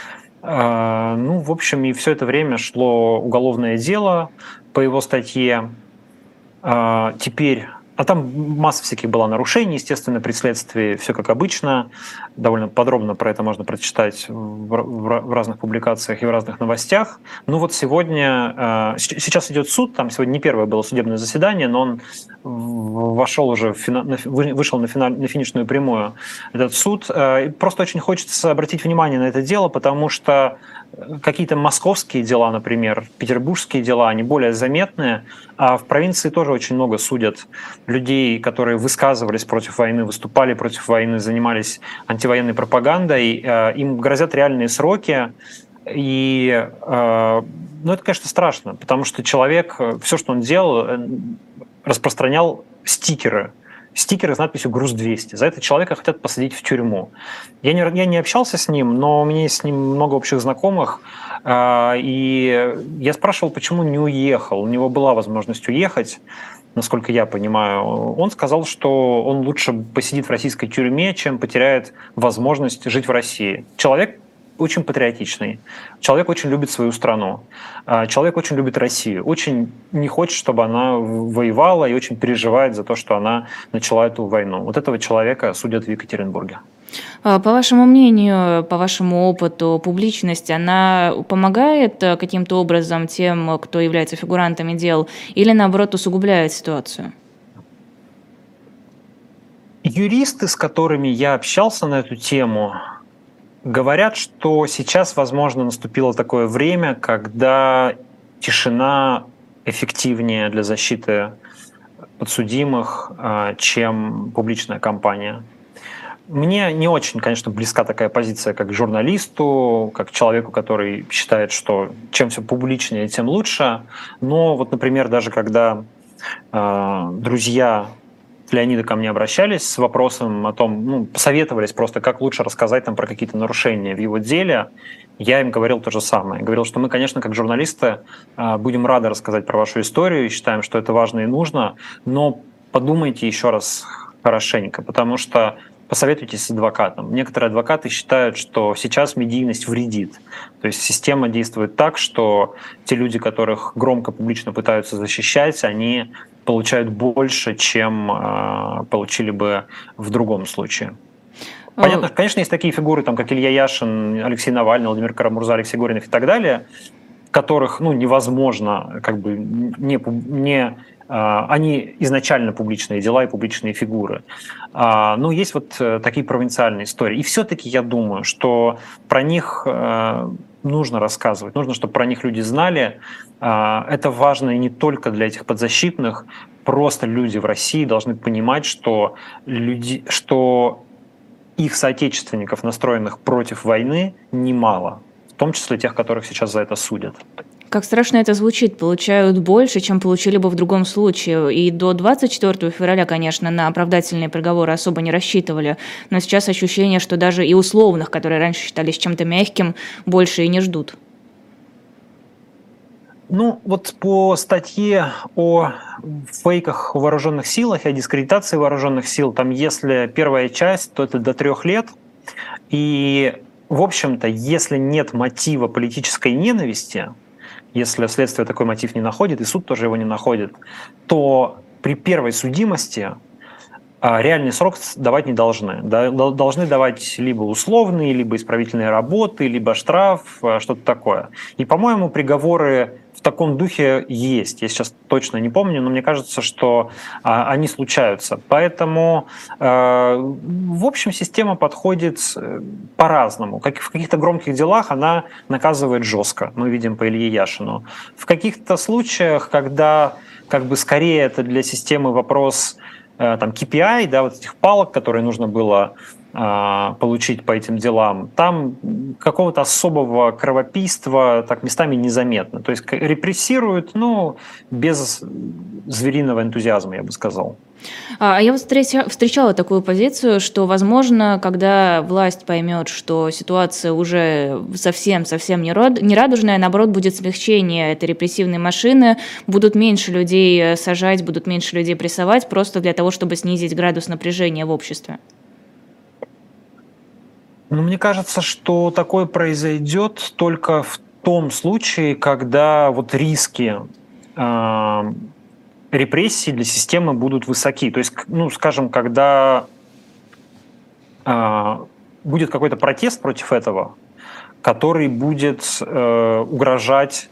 В общем, и все это время шло уголовное дело по его статье. Теперь, там масса всяких была нарушений, естественно, при следствии все как обычно. Довольно подробно про это можно прочитать в разных публикациях и в разных новостях. Сегодня, сейчас идет суд, там сегодня не первое было судебное заседание, но он вышел на финишную прямую, этот суд. Просто очень хочется обратить внимание на это дело, потому что какие-то московские дела, например, петербургские дела, они более заметные, а в провинции тоже очень много судят людей, которые высказывались против войны, выступали против войны, занимались антивоенной пропагандой, им грозят реальные сроки. И это, конечно, страшно, потому что человек, все, что он делал, распространял стикеры с надписью «Груз-200». За это человека хотят посадить в тюрьму. Я не общался с ним, но у меня есть с ним много общих знакомых. И я спрашивал, почему не уехал. У него была возможность уехать, насколько я понимаю. Он сказал, что он лучше посидит в российской тюрьме, чем потеряет возможность жить в России. Человек очень патриотичный. Человек очень любит свою страну. Человек очень любит Россию. Очень не хочет, чтобы она воевала, и очень переживает за то, что она начала эту войну. Вот этого человека судят в Екатеринбурге. По вашему мнению, по вашему опыту, публичность, она помогает каким-то образом тем, кто является фигурантами дел, или наоборот усугубляет ситуацию? Юристы, с которыми я общался на эту тему, говорят, что сейчас, возможно, наступило такое время, когда тишина эффективнее для защиты подсудимых, чем публичная кампания. Мне не очень, конечно, близка такая позиция, как журналисту, как человеку, который считает, что чем все публичнее, тем лучше. Но например, даже когда друзья Леонида ко мне обращались с вопросом о том, посоветовались просто, как лучше рассказать про какие-то нарушения в его деле, я им говорил то же самое. Говорил, что мы, конечно, как журналисты будем рады рассказать про вашу историю, считаем, что это важно и нужно, но подумайте еще раз хорошенько, потому что посоветуйтесь с адвокатом. Некоторые адвокаты считают, что сейчас медийность вредит. То есть система действует так, что те люди, которых громко, публично пытаются защищать, они получают больше, чем получили бы в другом случае. Понятно, конечно, есть такие фигуры, там, как Илья Яшин, Алексей Навальный, Владимир Карамурза, Алексей Горинов и так далее, которых невозможно, они изначально публичные дела и публичные фигуры. Но есть вот такие провинциальные истории. И все-таки я думаю, что про них нужно рассказывать, нужно, чтобы про них люди знали. Это важно и не только для этих подзащитных, просто люди в России должны понимать, что их соотечественников, настроенных против войны, немало, в том числе тех, которых сейчас за это судят. Как страшно это звучит, получают больше, чем получили бы в другом случае. И до 24 февраля, конечно, на оправдательные приговоры особо не рассчитывали, но сейчас ощущение, что даже и условных, которые раньше считались чем-то мягким, больше и не ждут. Вот по статье о фейках в вооруженных силах и о дискредитации вооруженных сил, там если первая часть, то это до 3 лет. И, в общем-то, если нет мотива политической ненависти, если следствие такой мотив не находит, и суд тоже его не находит, то при первой судимости реальный срок давать не должны. Должны давать либо условные, либо исправительные работы, либо штраф, что-то такое. И, по-моему, приговоры в таком духе есть. Я сейчас точно не помню, но мне кажется, что они случаются. Поэтому, в общем, система подходит по-разному. В каких-то громких делах она наказывает жестко. Мы видим по Илье Яшину. В каких-то случаях, когда скорее это для системы вопрос KPI, вот этих палок, которые нужно было получить по этим делам, там какого-то особого кровопийства так местами незаметно. То есть репрессируют, без звериного энтузиазма, я бы сказал. Я вот встречала такую позицию, что, возможно, когда власть поймет, что ситуация уже совсем не радужная, наоборот, будет смягчение этой репрессивной машины, будут меньше людей сажать, будут меньше людей прессовать, просто для того, чтобы снизить градус напряжения в обществе. Мне кажется, что такое произойдет только в том случае, когда риски репрессий для системы будут высоки. То есть, скажем, когда будет какой-то протест против этого, который будет угрожать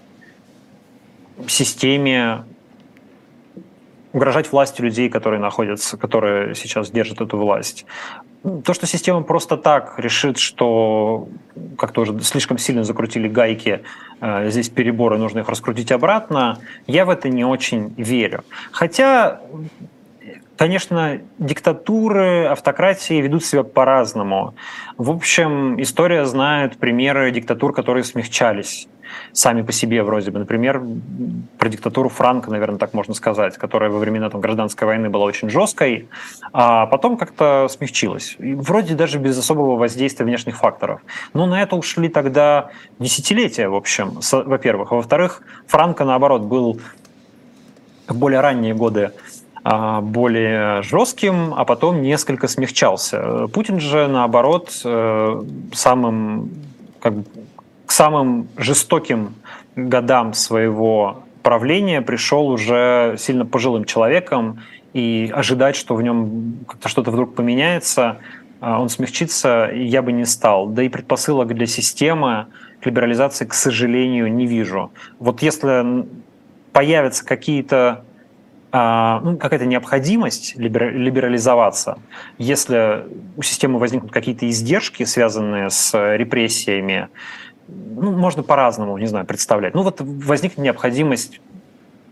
системе, угрожать власти людей, которые сейчас держат эту власть. То, что система просто так решит, что как-то уже слишком сильно закрутили гайки, здесь переборы, нужно их раскрутить обратно, я в это не очень верю. Хотя, конечно, диктатуры, автократии ведут себя по-разному. В общем, история знает примеры диктатур, которые смягчались сами по себе вроде бы. Например, про диктатуру Франко, наверное, так можно сказать, которая во времена гражданской войны была очень жесткой, а потом как-то смягчилась. И вроде даже без особого воздействия внешних факторов. Но на это ушли тогда десятилетия, в общем, во-первых. А во-вторых, Франко, наоборот, был в более ранние годы более жестким, а потом несколько смягчался. Путин же, наоборот, к самым жестоким годам своего правления пришел уже сильно пожилым человеком, и ожидать, что в нем как-то что-то вдруг поменяется, он смягчится, я бы не стал. Да и предпосылок для системы к либерализации, к сожалению, не вижу. Вот если появятся какая-то необходимость либерализоваться, если у системы возникнут какие-то издержки, связанные с репрессиями, можно по-разному, не знаю, представлять. Возникнет необходимость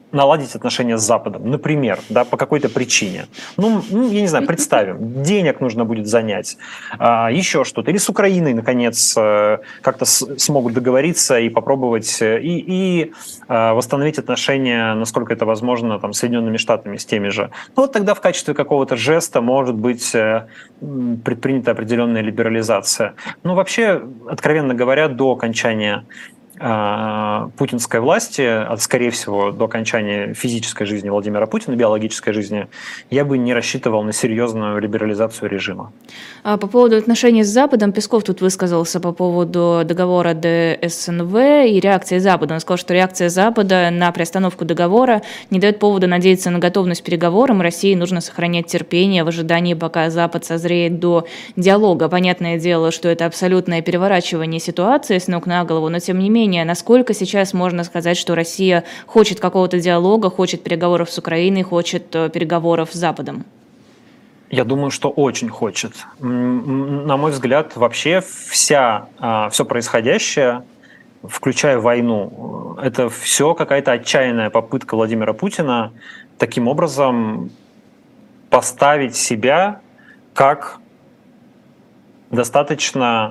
наладить отношения с Западом, например, да, по какой-то причине. Я не знаю, представим, денег нужно будет занять, еще что-то. Или с Украиной, наконец, как-то смогут договориться и попробовать и восстановить отношения, насколько это возможно, там, с Соединенными Штатами, с теми же. Ну, вот тогда в качестве какого-то жеста может быть предпринята определенная либерализация. Но вообще, откровенно говоря, до окончания путинской власти, скорее всего, до окончания физической жизни Владимира Путина, биологической жизни, я бы не рассчитывал на серьезную либерализацию режима. По поводу отношений с Западом, Песков тут высказался по поводу договора ДСНВ и реакции Запада. Он сказал, что реакция Запада на приостановку договора не дает повода надеяться на готовность к переговорам, и России нужно сохранять терпение в ожидании, пока Запад созреет до диалога. Понятное дело, что это абсолютное переворачивание ситуации с ног на голову, но тем не менее, насколько сейчас можно сказать, что Россия хочет какого-то диалога, хочет переговоров с Украиной, хочет переговоров с Западом? Я думаю, что очень хочет. На мой взгляд, вообще все происходящее, включая войну, это все какая-то отчаянная попытка Владимира Путина таким образом поставить себя как достаточно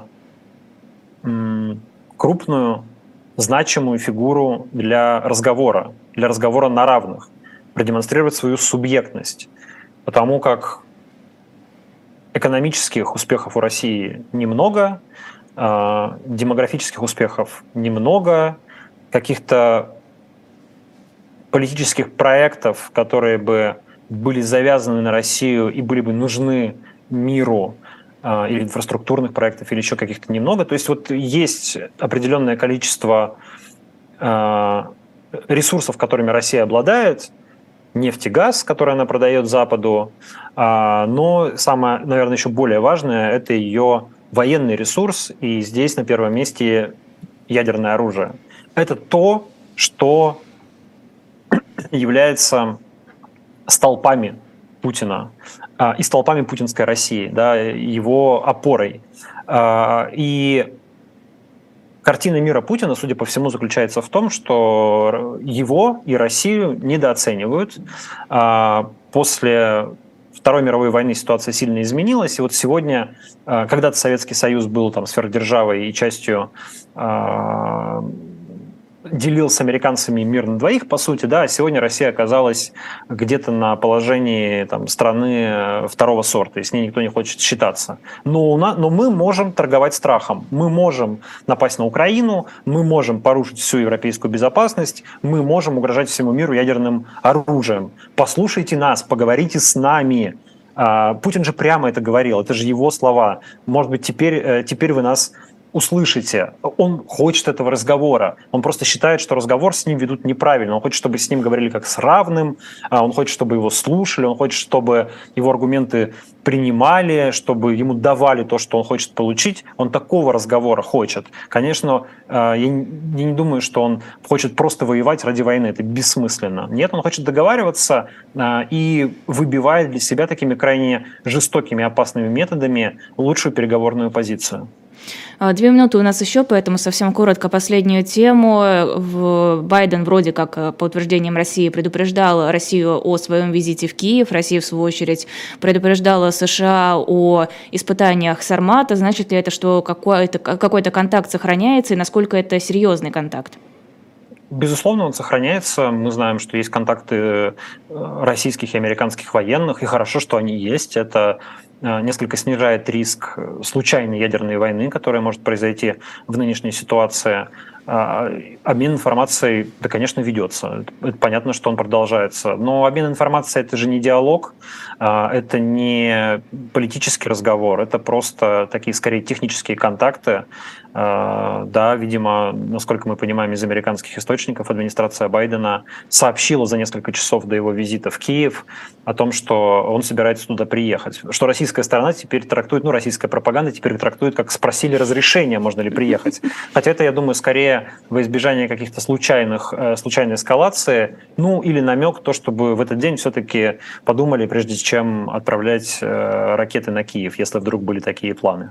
крупную, значимую фигуру для разговора на равных, продемонстрировать свою субъектность, потому как экономических успехов у России немного, демографических успехов немного, каких-то политических проектов, которые бы были завязаны на Россию и были бы нужны миру, или инфраструктурных проектов, или еще каких-то немного. То есть вот есть определенное количество ресурсов, которыми Россия обладает, нефть и газ, который она продает Западу, но самое, наверное, еще более важное – это ее военный ресурс, и здесь на первом месте ядерное оружие. Это то, что является столпами Путина и столпами путинской России, да, его опорой. И картина мира Путина, судя по всему, заключается в том, что его и Россию недооценивают. После Второй мировой войны ситуация сильно изменилась, и вот сегодня, когда-то Советский Союз был там сверхдержавой и частью делил с американцами мир на двоих, по сути, да, а сегодня Россия оказалась где-то на положении там, страны второго сорта, и с ней никто не хочет считаться. Но мы можем торговать страхом, мы можем напасть на Украину, мы можем порушить всю европейскую безопасность, мы можем угрожать всему миру ядерным оружием. Послушайте нас, поговорите с нами. Путин же прямо это говорил, это же его слова. Может быть, теперь вы нас услышите. Он хочет этого разговора. Он просто считает, что разговор с ним ведут неправильно. Он хочет, чтобы с ним говорили как с равным, он хочет, чтобы его слушали, он хочет, чтобы его аргументы принимали, чтобы ему давали то, что он хочет получить. Он такого разговора хочет. Конечно, я не думаю, что он хочет просто воевать ради войны. Это бессмысленно. Нет, он хочет договариваться и выбивает для себя такими крайне жестокими, опасными методами лучшую переговорную позицию. 2 минуты у нас еще, поэтому совсем коротко последнюю тему. Байден вроде как, по утверждениям России, предупреждал Россию о своем визите в Киев. Россия, в свою очередь, предупреждала США о испытаниях Сармата. Значит ли это, что какой-то контакт сохраняется, и насколько это серьезный контакт? Безусловно, он сохраняется. Мы знаем, что есть контакты российских и американских военных, и хорошо, что они есть. Это несколько снижает риск случайной ядерной войны, которая может произойти в нынешней ситуации. Обмен информацией, да, конечно, ведется. Это понятно, что он продолжается. Но обмен информацией – это же не диалог, это не политический разговор, это просто такие, скорее, технические контакты. Да, видимо, насколько мы понимаем из американских источников, администрация Байдена сообщила за несколько часов до его визита в Киев о том, что он собирается туда приехать. Что российская сторона теперь трактует, российская пропаганда теперь трактует, как спросили разрешения, можно ли приехать. Хотя это, я думаю, скорее во избежание каких-то случайной эскалации, или намек, то, чтобы в этот день все-таки подумали, прежде чем отправлять ракеты на Киев, если вдруг были такие планы.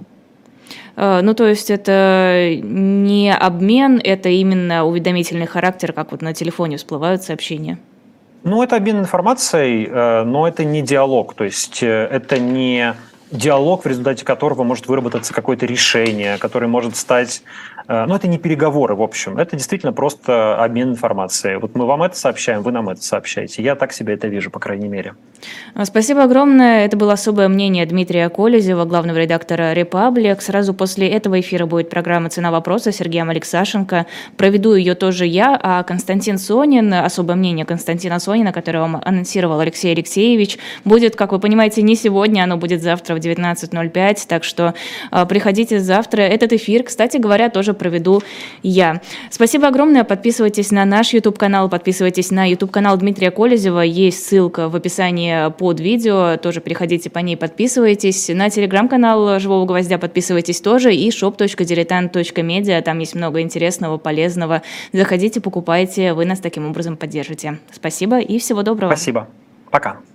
То есть это не обмен, это именно уведомительный характер, как вот на телефоне всплывают сообщения? Ну, это обмен информацией, но это не диалог. То есть это не диалог, в результате которого может выработаться какое-то решение, которое может стать... Ну, это не переговоры, в общем. Это действительно просто обмен информацией. Вот мы вам это сообщаем, вы нам это сообщаете. Я так себе это вижу, по крайней мере. Спасибо огромное. Это было особое мнение Дмитрия Колезева, главного редактора «Репаблик». Сразу после этого эфира будет программа «Цена вопроса» с Сергеем Алексашенко. Проведу ее тоже я, а Константин Сонин, особое мнение Константина Сонина, которое вам анонсировал Алексей Алексеевич, будет, как вы понимаете, не сегодня, оно будет завтра в 19:05, так что приходите завтра. Этот эфир, кстати говоря, тоже проведу я. Спасибо огромное. Подписывайтесь на наш YouTube-канал, подписывайтесь на YouTube-канал Дмитрия Колезева. Есть ссылка в описании под видео. Тоже переходите по ней, подписывайтесь. На телеграм-канал «Живого гвоздя» подписывайтесь тоже. И shop.diletant.media. Там есть много интересного, полезного. Заходите, покупайте. Вы нас таким образом поддержите. Спасибо и всего доброго. Спасибо. Пока.